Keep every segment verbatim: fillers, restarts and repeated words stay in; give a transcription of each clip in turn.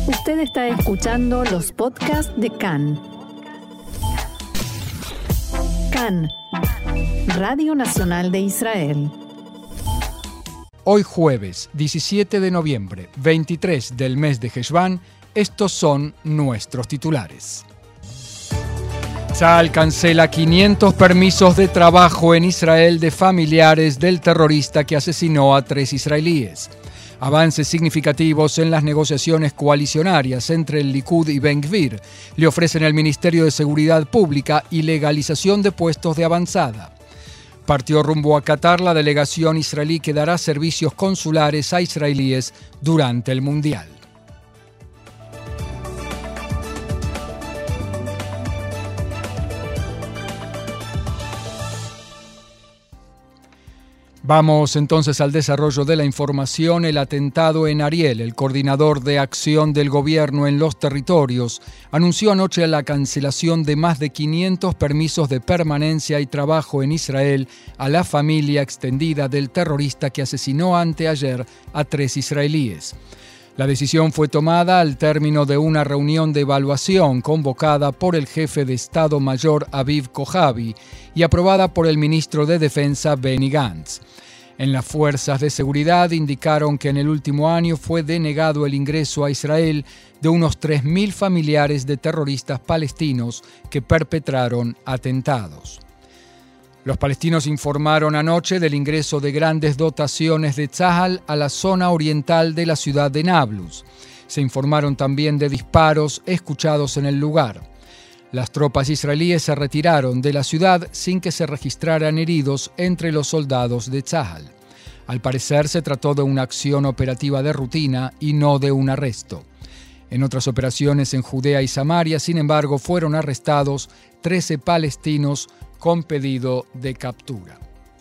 Usted está escuchando los podcasts de C A N. C A N, Radio Nacional de Israel. Hoy jueves, diecisiete de noviembre, veintitrés del mes de Heshvan, estos son nuestros titulares. Tzahal cancela quinientos permisos de trabajo en Israel de familiares del terrorista que asesinó a tres israelíes. Avances significativos en las negociaciones coalicionarias entre el Likud y Ben Gvir le ofrecen al Ministerio de Seguridad Pública y legalización de puestos de avanzada. Partió rumbo a Qatar la delegación israelí que dará servicios consulares a israelíes durante el Mundial. Vamos entonces al desarrollo de la información. El atentado en Ariel, el coordinador de acción del gobierno en los territorios, anunció anoche la cancelación de más de quinientos permisos de permanencia y trabajo en Israel a la familia extendida del terrorista que asesinó anteayer a tres israelíes. La decisión fue tomada al término de una reunión de evaluación convocada por el jefe de Estado Mayor Aviv Kojavi y aprobada por el ministro de Defensa Benny Gantz. En las fuerzas de seguridad indicaron que en el último año fue denegado el ingreso a Israel de unos tres mil familiares de terroristas palestinos que perpetraron atentados. Los palestinos informaron anoche del ingreso de grandes dotaciones de Tzahal a la zona oriental de la ciudad de Nablus. Se informaron también de disparos escuchados en el lugar. Las tropas israelíes se retiraron de la ciudad sin que se registraran heridos entre los soldados de Tzahal. Al parecer se trató de una acción operativa de rutina y no de un arresto. En otras operaciones en Judea y Samaria, sin embargo, fueron arrestados trece palestinos con pedido de captura.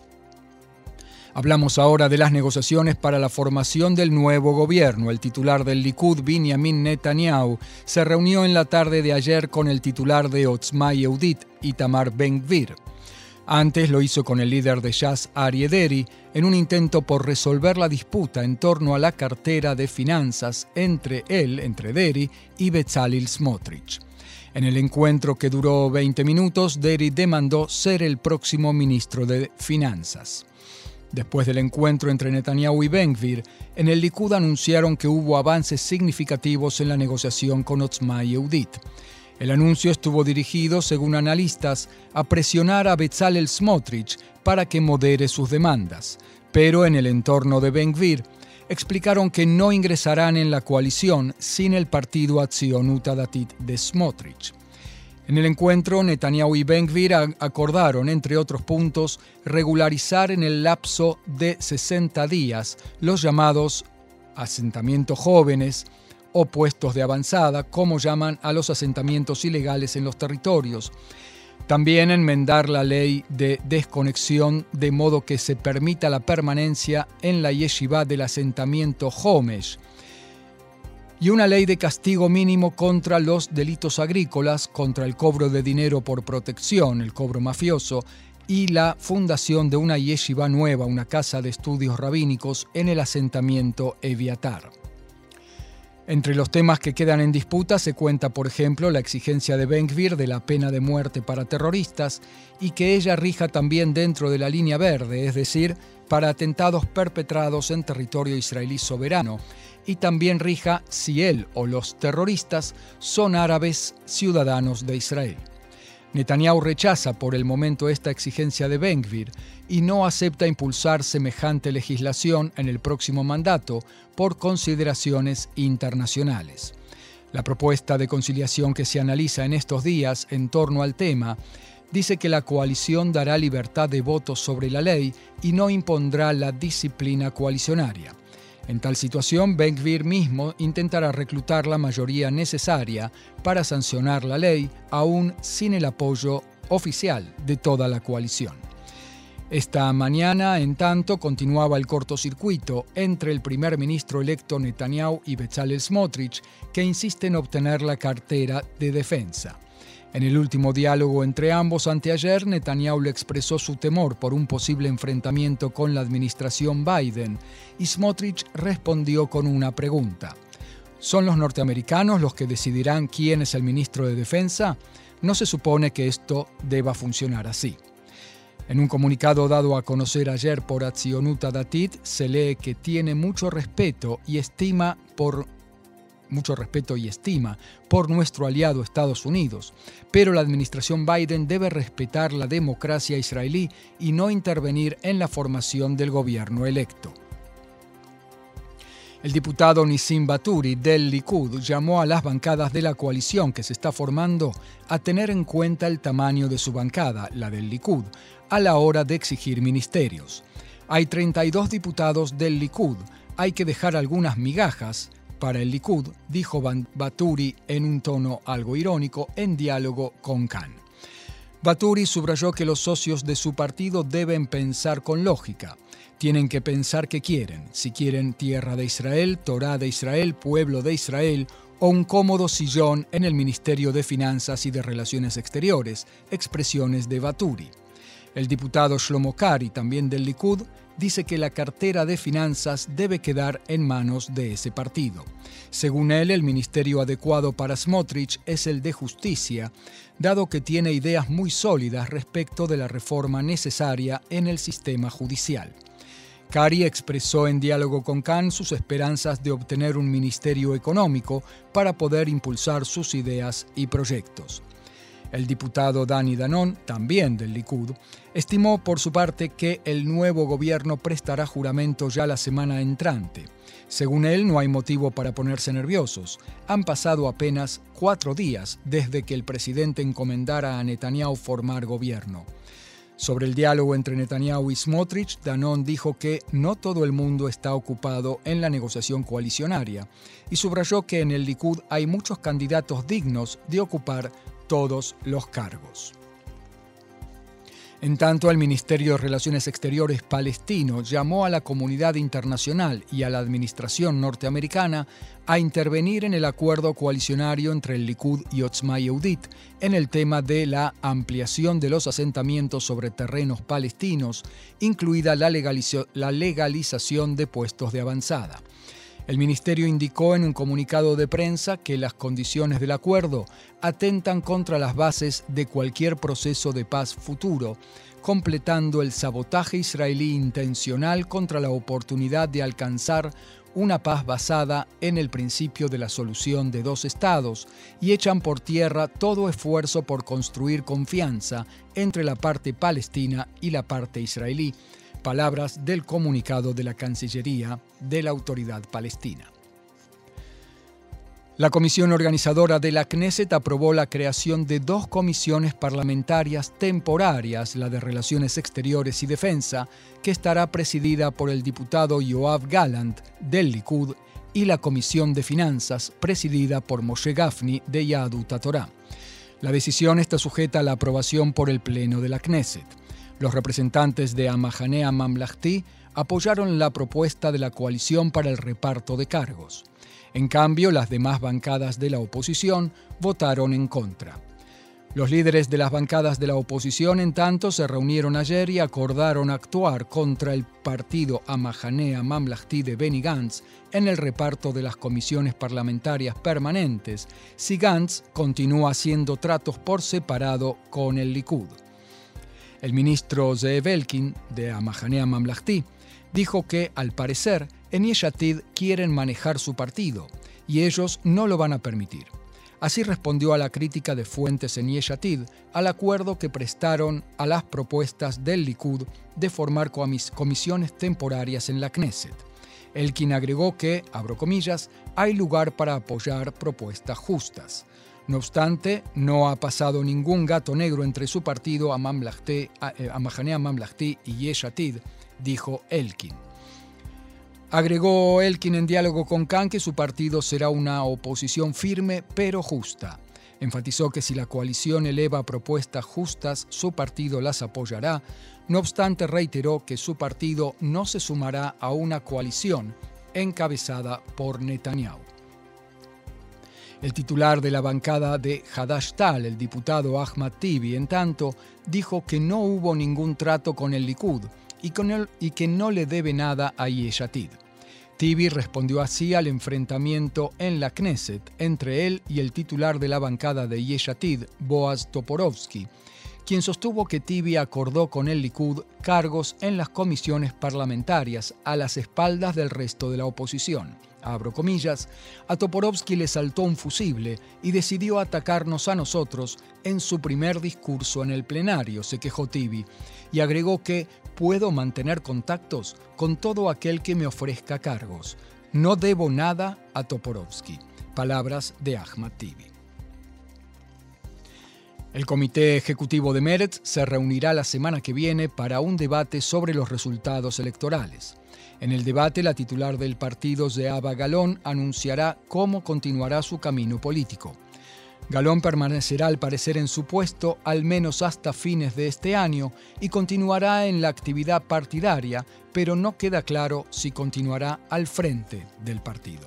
Hablamos ahora de las negociaciones para la formación del nuevo gobierno. El titular del Likud, Binyamin Netanyahu, se reunió en la tarde de ayer con el titular de Otzma Yehudit, Itamar Ben Gvir. Antes lo hizo con el líder de Shas, Aryeh Deri, en un intento por resolver la disputa en torno a la cartera de finanzas entre él, entre Deri, y Bezalel Smotrich. En el encuentro, que duró veinte minutos, Deri demandó ser el próximo ministro de Finanzas. Después del encuentro entre Netanyahu y Ben Gvir, en el Likud anunciaron que hubo avances significativos en la negociación con Otzma Yehudit. El anuncio estuvo dirigido, según analistas, a presionar a Bezalel Smotrich para que modere sus demandas, pero en el entorno de Ben Gvir explicaron que no ingresarán en la coalición sin el partido Atzionut Hadatit de Smotrich. En el encuentro, Netanyahu y Ben Gvir acordaron, entre otros puntos, regularizar en el lapso de sesenta días los llamados asentamientos jóvenes o puestos de avanzada, como llaman a los asentamientos ilegales en los territorios. También enmendar la ley de desconexión de modo que se permita la permanencia en la yeshivá del asentamiento Homesh. Y una ley de castigo mínimo contra los delitos agrícolas, contra el cobro de dinero por protección, el cobro mafioso, y la fundación de una yeshivá nueva, una casa de estudios rabínicos en el asentamiento Eviatar. Entre los temas que quedan en disputa se cuenta, por ejemplo, la exigencia de Ben Gvir de la pena de muerte para terroristas y que ella rija también dentro de la línea verde, es decir, para atentados perpetrados en territorio israelí soberano, y también rija si él o los terroristas son árabes ciudadanos de Israel. Netanyahu rechaza por el momento esta exigencia de Ben Gvir y no acepta impulsar semejante legislación en el próximo mandato por consideraciones internacionales. La propuesta de conciliación que se analiza en estos días en torno al tema dice que la coalición dará libertad de voto sobre la ley y no impondrá la disciplina coalicionaria. En tal situación, Ben Gvir mismo intentará reclutar la mayoría necesaria para sancionar la ley, aún sin el apoyo oficial de toda la coalición. Esta mañana, en tanto, continuaba el cortocircuito entre el primer ministro electo Netanyahu y Bezalel Smotrich, que insiste en obtener la cartera de defensa. En el último diálogo entre ambos anteayer, Netanyahu le expresó su temor por un posible enfrentamiento con la administración Biden y Smotrich respondió con una pregunta. ¿Son los norteamericanos los que decidirán quién es el ministro de Defensa? No se supone que esto deba funcionar así. En un comunicado dado a conocer ayer por Atzionut Datit, se lee que tiene mucho respeto y estima por mucho respeto y estima por nuestro aliado Estados Unidos, pero la administración Biden debe respetar la democracia israelí y no intervenir en la formación del gobierno electo. El diputado Nissim Baturi del Likud llamó a las bancadas de la coalición que se está formando a tener en cuenta el tamaño de su bancada, la del Likud, a la hora de exigir ministerios. Hay treinta y dos diputados del Likud, hay que dejar algunas migajas para el Likud, dijo Baturi en un tono algo irónico en diálogo con Khan. Baturi subrayó que los socios de su partido deben pensar con lógica. Tienen que pensar qué quieren, si quieren tierra de Israel, Torá de Israel, pueblo de Israel o un cómodo sillón en el Ministerio de Finanzas y de Relaciones Exteriores, expresiones de Baturi. El diputado Shlomo Kari, también del Likud, dice que la cartera de Finanzas debe quedar en manos de ese partido. Según él, el ministerio adecuado para Smotrich es el de Justicia, dado que tiene ideas muy sólidas respecto de la reforma necesaria en el sistema judicial. Kari expresó en diálogo con Khan sus esperanzas de obtener un ministerio económico para poder impulsar sus ideas y proyectos. El diputado Dani Danon, también del Likud, estimó por su parte que el nuevo gobierno prestará juramento ya la semana entrante. Según él, no hay motivo para ponerse nerviosos. Han pasado apenas cuatro días desde que el presidente encomendara a Netanyahu formar gobierno. Sobre el diálogo entre Netanyahu y Smotrich, Danon dijo que no todo el mundo está ocupado en la negociación coalicionaria y subrayó que en el Likud hay muchos candidatos dignos de ocupar todos los cargos. En tanto, el Ministerio de Relaciones Exteriores palestino llamó a la comunidad internacional y a la administración norteamericana a intervenir en el acuerdo coalicionario entre el Likud y Otzma Yehudit en el tema de la ampliación de los asentamientos sobre terrenos palestinos, incluida la, legalizo- la legalización de puestos de avanzada. El ministerio indicó en un comunicado de prensa que las condiciones del acuerdo atentan contra las bases de cualquier proceso de paz futuro, completando el sabotaje israelí intencional contra la oportunidad de alcanzar una paz basada en el principio de la solución de dos estados y echan por tierra todo esfuerzo por construir confianza entre la parte palestina y la parte israelí. Palabras del comunicado de la Cancillería de la Autoridad Palestina. La comisión organizadora de la Knesset aprobó la creación de dos comisiones parlamentarias temporarias, la de Relaciones Exteriores y Defensa, que estará presidida por el diputado Yoav Gallant del Likud, y la Comisión de Finanzas, presidida por Moshe Gafni de Yahadut HaTorah. La decisión está sujeta a la aprobación por el Pleno de la Knesset. Los representantes de Amahanea Mamlahti apoyaron la propuesta de la coalición para el reparto de cargos. En cambio, las demás bancadas de la oposición votaron en contra. Los líderes de las bancadas de la oposición, en tanto, se reunieron ayer y acordaron actuar contra el partido Amahanea Mamlahti de Benny Gantz en el reparto de las comisiones parlamentarias permanentes, si Gantz continúa haciendo tratos por separado con el Likud. El ministro Zeev Elkin, de Amahanea Mamlahti, dijo que, al parecer, en Yesh Atid quieren manejar su partido, y ellos no lo van a permitir. Así respondió a la crítica de fuentes en Yesh Atid al acuerdo que prestaron a las propuestas del Likud de formar comis- comisiones temporarias en la Knesset. Elkin agregó que, abro comillas, hay lugar para apoyar propuestas justas. No obstante, no ha pasado ningún gato negro entre su partido Amahanea Mamlahti y Yesh Atid, dijo Elkin. Agregó Elkin en diálogo con Khan que su partido será una oposición firme pero justa. Enfatizó que si la coalición eleva propuestas justas, su partido las apoyará. No obstante, reiteró que su partido no se sumará a una coalición encabezada por Netanyahu. El titular de la bancada de Hadash-Tal, el diputado Ahmad Tibi, en tanto, dijo que no hubo ningún trato con el Likud y, con el, y que no le debe nada a Yesh Atid. Tibi respondió así al enfrentamiento en la Knesset entre él y el titular de la bancada de Yesh Atid, Boaz Toporovsky, quien sostuvo que Tibi acordó con el Likud cargos en las comisiones parlamentarias a las espaldas del resto de la oposición. Abro comillas, a Toporovsky le saltó un fusible y decidió atacarnos a nosotros en su primer discurso en el plenario, se quejó Tibi, y agregó que puedo mantener contactos con todo aquel que me ofrezca cargos. No debo nada a Toporovsky. Palabras de Ahmad Tibi. El Comité Ejecutivo de Meretz se reunirá la semana que viene para un debate sobre los resultados electorales. En el debate, la titular del partido, Zehava Galón, anunciará cómo continuará su camino político. Galón permanecerá al parecer en su puesto al menos hasta fines de este año y continuará en la actividad partidaria, pero no queda claro si continuará al frente del partido.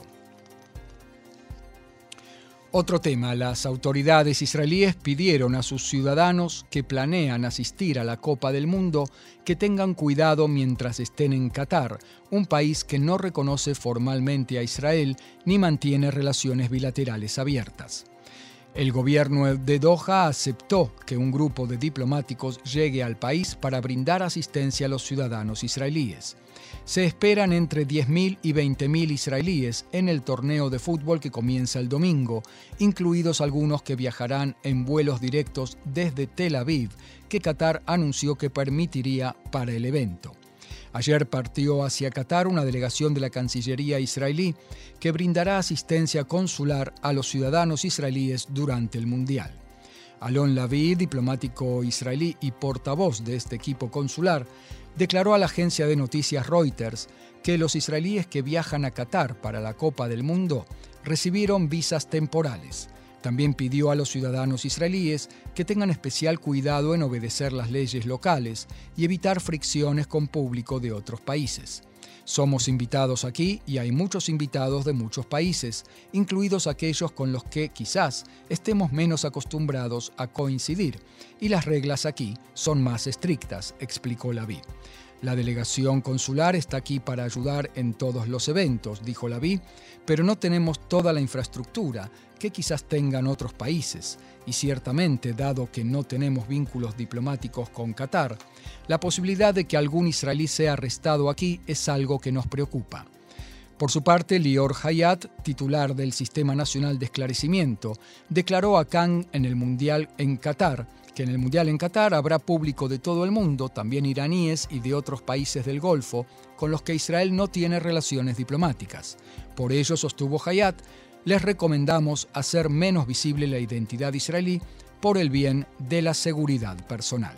Otro tema, las autoridades israelíes pidieron a sus ciudadanos que planean asistir a la Copa del Mundo que tengan cuidado mientras estén en Qatar, un país que no reconoce formalmente a Israel ni mantiene relaciones bilaterales abiertas. El gobierno de Doha aceptó que un grupo de diplomáticos llegue al país para brindar asistencia a los ciudadanos israelíes. Se esperan entre diez mil y veinte mil israelíes en el torneo de fútbol que comienza el domingo, incluidos algunos que viajarán en vuelos directos desde Tel Aviv, que Qatar anunció que permitiría para el evento. Ayer partió hacia Qatar una delegación de la Cancillería israelí que brindará asistencia consular a los ciudadanos israelíes durante el Mundial. Alon Lavi, diplomático israelí y portavoz de este equipo consular, declaró a la agencia de noticias Reuters que los israelíes que viajan a Qatar para la Copa del Mundo recibieron visas temporales. También pidió a los ciudadanos israelíes que tengan especial cuidado en obedecer las leyes locales y evitar fricciones con público de otros países. Somos invitados aquí y hay muchos invitados de muchos países, incluidos aquellos con los que quizás estemos menos acostumbrados a coincidir, y las reglas aquí son más estrictas, explicó Lavi. La delegación consular está aquí para ayudar en todos los eventos, dijo Lavi, pero no tenemos toda la infraestructura que quizás tengan otros países, y ciertamente, dado que no tenemos vínculos diplomáticos con Qatar, la posibilidad de que algún israelí sea arrestado aquí es algo que nos preocupa. Por su parte, Lior Hayat, titular del Sistema Nacional de Esclarecimiento, declaró a Cannes en el Mundial en Qatar que en el Mundial en Qatar habrá público de todo el mundo, también iraníes y de otros países del Golfo, con los que Israel no tiene relaciones diplomáticas. Por ello, sostuvo Hayat, les recomendamos hacer menos visible la identidad israelí por el bien de la seguridad personal.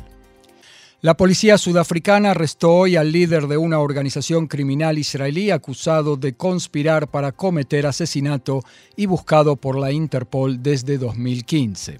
La policía sudafricana arrestó hoy al líder de una organización criminal israelí acusado de conspirar para cometer asesinato y buscado por la Interpol desde dos mil quince.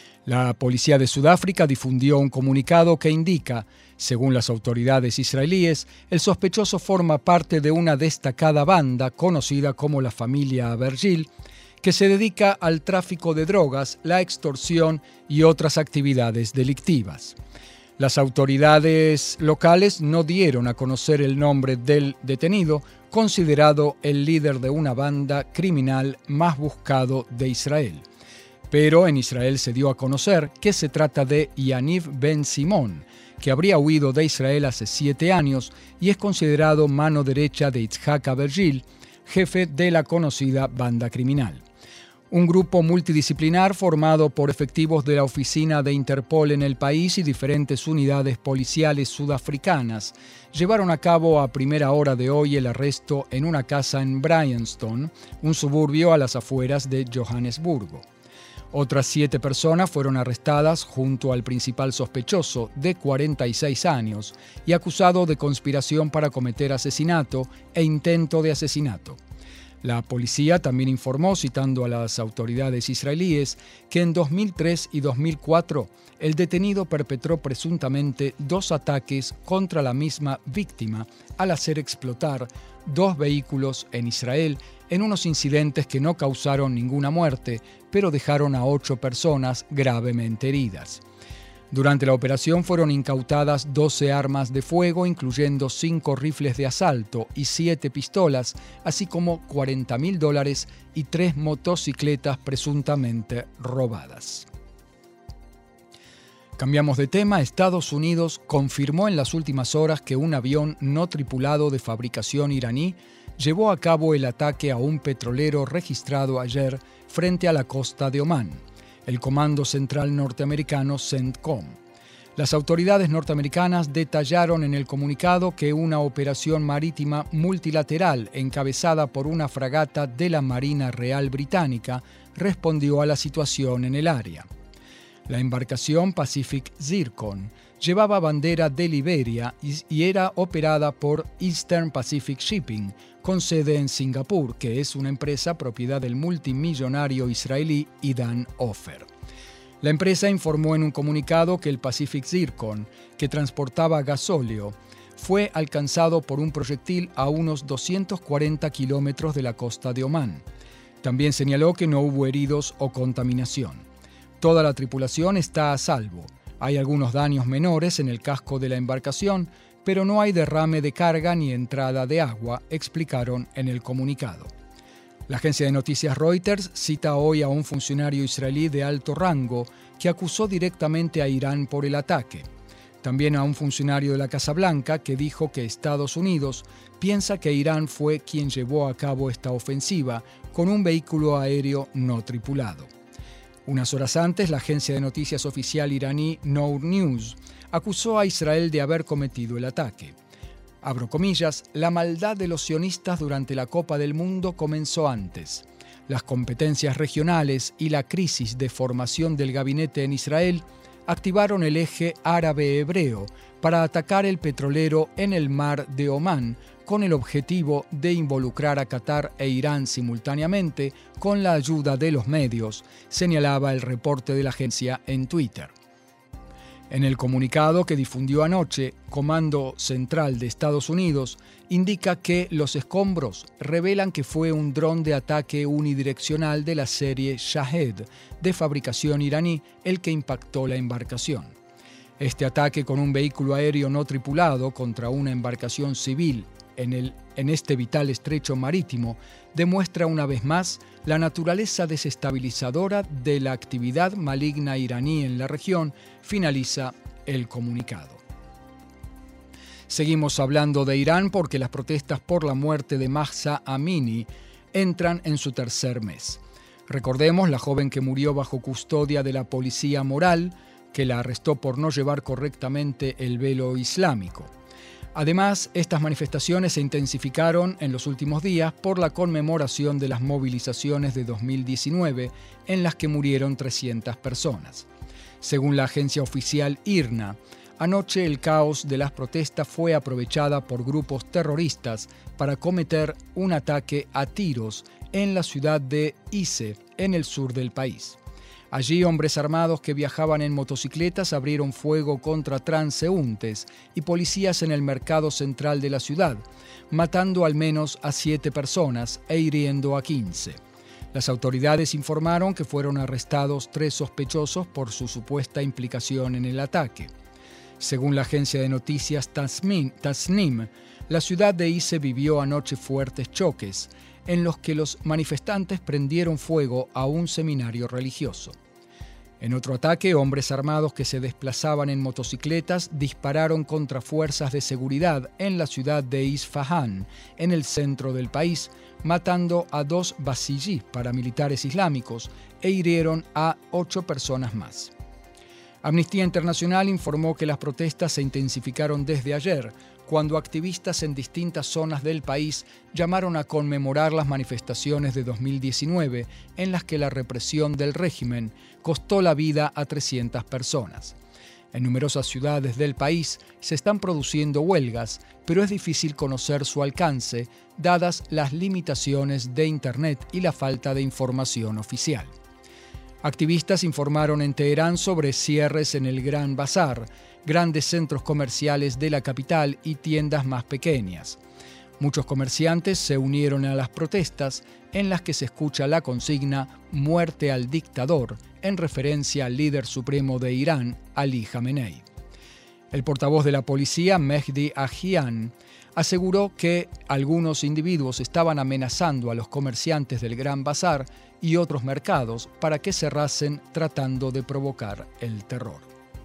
La policía de Sudáfrica difundió un comunicado que indica, según las autoridades israelíes, el sospechoso forma parte de una destacada banda conocida como la familia Abergil, que se dedica al tráfico de drogas, la extorsión y otras actividades delictivas. Las autoridades locales no dieron a conocer el nombre del detenido, considerado el líder de una banda criminal más buscado de Israel. Pero en Israel se dio a conocer que se trata de Yaniv Ben Simón, que habría huido de Israel hace siete años y es considerado mano derecha de Itzhak Abergil, jefe de la conocida banda criminal. Un grupo multidisciplinar formado por efectivos de la oficina de Interpol en el país y diferentes unidades policiales sudafricanas llevaron a cabo a primera hora de hoy el arresto en una casa en Bryanston, un suburbio a las afueras de Johannesburgo. Otras siete personas fueron arrestadas junto al principal sospechoso, de cuarenta y seis años, y acusado de conspiración para cometer asesinato e intento de asesinato. La policía también informó, citando a las autoridades israelíes, que en dos mil tres y dos mil cuatro el detenido perpetró presuntamente dos ataques contra la misma víctima al hacer explotar dos vehículos en Israel en unos incidentes que no causaron ninguna muerte, pero dejaron a ocho personas gravemente heridas. Durante la operación fueron incautadas doce armas de fuego, incluyendo cinco rifles de asalto y siete pistolas, así como cuarenta mil dólares y tres motocicletas presuntamente robadas. Cambiamos de tema. Estados Unidos confirmó en las últimas horas que un avión no tripulado de fabricación iraní llevó a cabo el ataque a un petrolero registrado ayer frente a la costa de Omán. El Comando Central norteamericano CENTCOM. Las autoridades norteamericanas detallaron en el comunicado que una operación marítima multilateral encabezada por una fragata de la Marina Real Británica respondió a la situación en el área. La embarcación Pacific Zircon llevaba bandera de Liberia y era operada por Eastern Pacific Shipping, con sede en Singapur, que es una empresa propiedad del multimillonario israelí Idan Ofer. La empresa informó en un comunicado que el Pacific Zircon, que transportaba gasóleo, fue alcanzado por un proyectil a unos doscientos cuarenta kilómetros de la costa de Omán. También señaló que no hubo heridos o contaminación. Toda la tripulación está a salvo. Hay algunos daños menores en el casco de la embarcación, pero no hay derrame de carga ni entrada de agua, explicaron en el comunicado. La agencia de noticias Reuters cita hoy a un funcionario israelí de alto rango que acusó directamente a Irán por el ataque. También a un funcionario de la Casa Blanca que dijo que Estados Unidos piensa que Irán fue quien llevó a cabo esta ofensiva con un vehículo aéreo no tripulado. Unas horas antes, la agencia de noticias oficial iraní Nour News acusó a Israel de haber cometido el ataque. Abro comillas, la maldad de los sionistas durante la Copa del Mundo comenzó antes. Las competencias regionales y la crisis de formación del gabinete en Israel activaron el eje árabe-hebreo para atacar el petrolero en el mar de Omán, con el objetivo de involucrar a Qatar e Irán simultáneamente con la ayuda de los medios, señalaba el reporte de la agencia en Twitter. En el comunicado que difundió anoche, Comando Central de Estados Unidos indica que los escombros revelan que fue un dron de ataque unidireccional de la serie Shahed, de fabricación iraní, el que impactó la embarcación. Este ataque con un vehículo aéreo no tripulado contra una embarcación civil en, el, en este vital estrecho marítimo demuestra una vez más la naturaleza desestabilizadora de la actividad maligna iraní en la región, finaliza el comunicado. Seguimos hablando de Irán porque las protestas por la muerte de Mahsa Amini entran en su tercer mes. Recordemos la joven que murió bajo custodia de la policía moral, que la arrestó por no llevar correctamente el velo islámico. Además, estas manifestaciones se intensificaron en los últimos días por la conmemoración de las movilizaciones de dos mil diecinueve, en las que murieron trescientas personas. Según la agencia oficial IRNA, anoche el caos de las protestas fue aprovechada por grupos terroristas para cometer un ataque a tiros en la ciudad de Ise, en el sur del país. Allí, hombres armados que viajaban en motocicletas abrieron fuego contra transeúntes y policías en el mercado central de la ciudad, matando al menos a siete personas e hiriendo a quince. Las autoridades informaron que fueron arrestados tres sospechosos por su supuesta implicación en el ataque. Según la agencia de noticias Tasnim, Tasnim, la ciudad de Ise vivió anoche fuertes choques, en los que los manifestantes prendieron fuego a un seminario religioso. En otro ataque, hombres armados que se desplazaban en motocicletas dispararon contra fuerzas de seguridad en la ciudad de Isfahán, en el centro del país, matando a dos basillí, paramilitares islámicos, e hirieron a ocho personas más. Amnistía Internacional informó que las protestas se intensificaron desde ayer, cuando activistas en distintas zonas del país llamaron a conmemorar las manifestaciones de dos mil diecinueve, en las que la represión del régimen costó la vida a trescientas personas. En numerosas ciudades del país se están produciendo huelgas, pero es difícil conocer su alcance, dadas las limitaciones de Internet y la falta de información oficial. Activistas informaron en Teherán sobre cierres en el Gran Bazar, grandes centros comerciales de la capital y tiendas más pequeñas. Muchos comerciantes se unieron a las protestas, en las que se escucha la consigna «Muerte al dictador», en referencia al líder supremo de Irán, Ali Khamenei. El portavoz de la policía, Mehdi Ahian, aseguró que algunos individuos estaban amenazando a los comerciantes del Gran Bazar y otros mercados para que cerrasen, tratando de provocar el terror.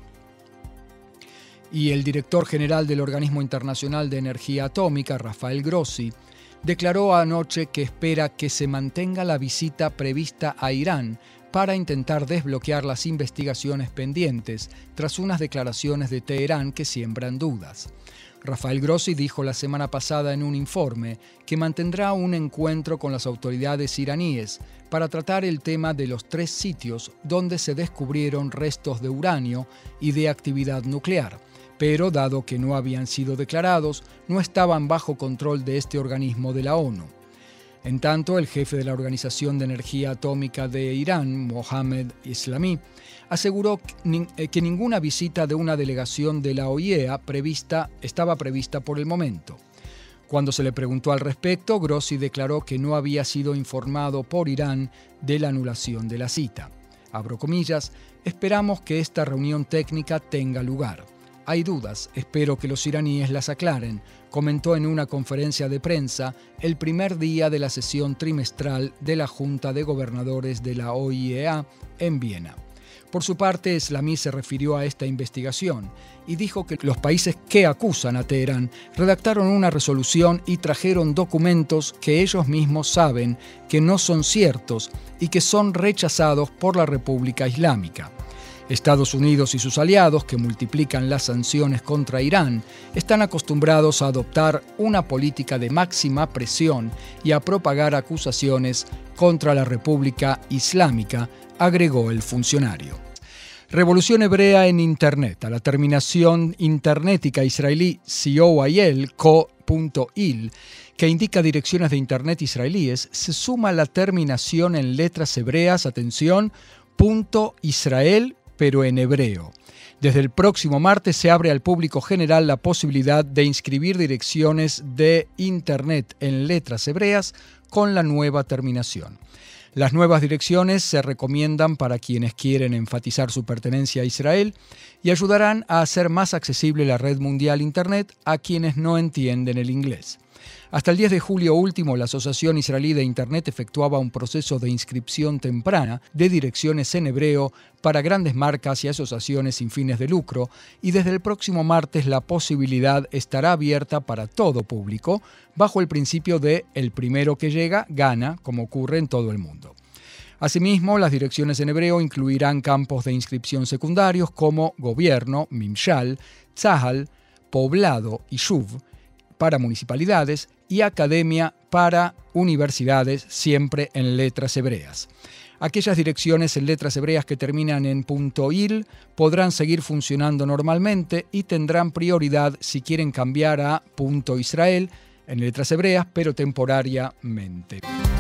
Y el director general del Organismo Internacional de Energía Atómica, Rafael Grossi, declaró anoche que espera que se mantenga la visita prevista a Irán para intentar desbloquear las investigaciones pendientes tras unas declaraciones de Teherán que siembran dudas. Rafael Grossi dijo la semana pasada en un informe que mantendrá un encuentro con las autoridades iraníes para tratar el tema de los tres sitios donde se descubrieron restos de uranio y de actividad nuclear, pero dado que no habían sido declarados, no estaban bajo control de este organismo de la ONU. En tanto, el jefe de la Organización de Energía Atómica de Irán, Mohammad Islami, aseguró que ninguna visita de una delegación de la O I E A prevista, estaba prevista por el momento. Cuando se le preguntó al respecto, Grossi declaró que no había sido informado por Irán de la anulación de la cita. Abro comillas, esperamos que esta reunión técnica tenga lugar. Hay dudas, espero que los iraníes las aclaren, comentó en una conferencia de prensa el primer día de la sesión trimestral de la Junta de Gobernadores de la O I E A en Viena. Por su parte, Islami se refirió a esta investigación y dijo que los países que acusan a Teherán redactaron una resolución y trajeron documentos que ellos mismos saben que no son ciertos y que son rechazados por la República Islámica. Estados Unidos y sus aliados, que multiplican las sanciones contra Irán, están acostumbrados a adoptar una política de máxima presión y a propagar acusaciones contra la República Islámica, agregó el funcionario. Revolución hebrea en Internet. A la terminación internética israelí C O I L, co punto il, que indica direcciones de Internet israelíes, se suma la terminación en letras hebreas, atención, punto Israel, pero en hebreo. Desde el próximo martes se abre al público general la posibilidad de inscribir direcciones de Internet en letras hebreas con la nueva terminación. Las nuevas direcciones se recomiendan para quienes quieren enfatizar su pertenencia a Israel y ayudarán a hacer más accesible la red mundial Internet a quienes no entienden el inglés. Hasta el diez de julio último, la Asociación Israelí de Internet efectuaba un proceso de inscripción temprana de direcciones en hebreo para grandes marcas y asociaciones sin fines de lucro, y desde el próximo martes la posibilidad estará abierta para todo público, bajo el principio de el primero que llega, gana, como ocurre en todo el mundo. Asimismo, las direcciones en hebreo incluirán campos de inscripción secundarios como gobierno, mimshal, tzahal, poblado y shuv, para municipalidades, y academia para universidades, siempre en letras hebreas. Aquellas direcciones en letras hebreas que terminan en .il podrán seguir funcionando normalmente y tendrán prioridad si quieren cambiar a .israel en letras hebreas, pero temporariamente.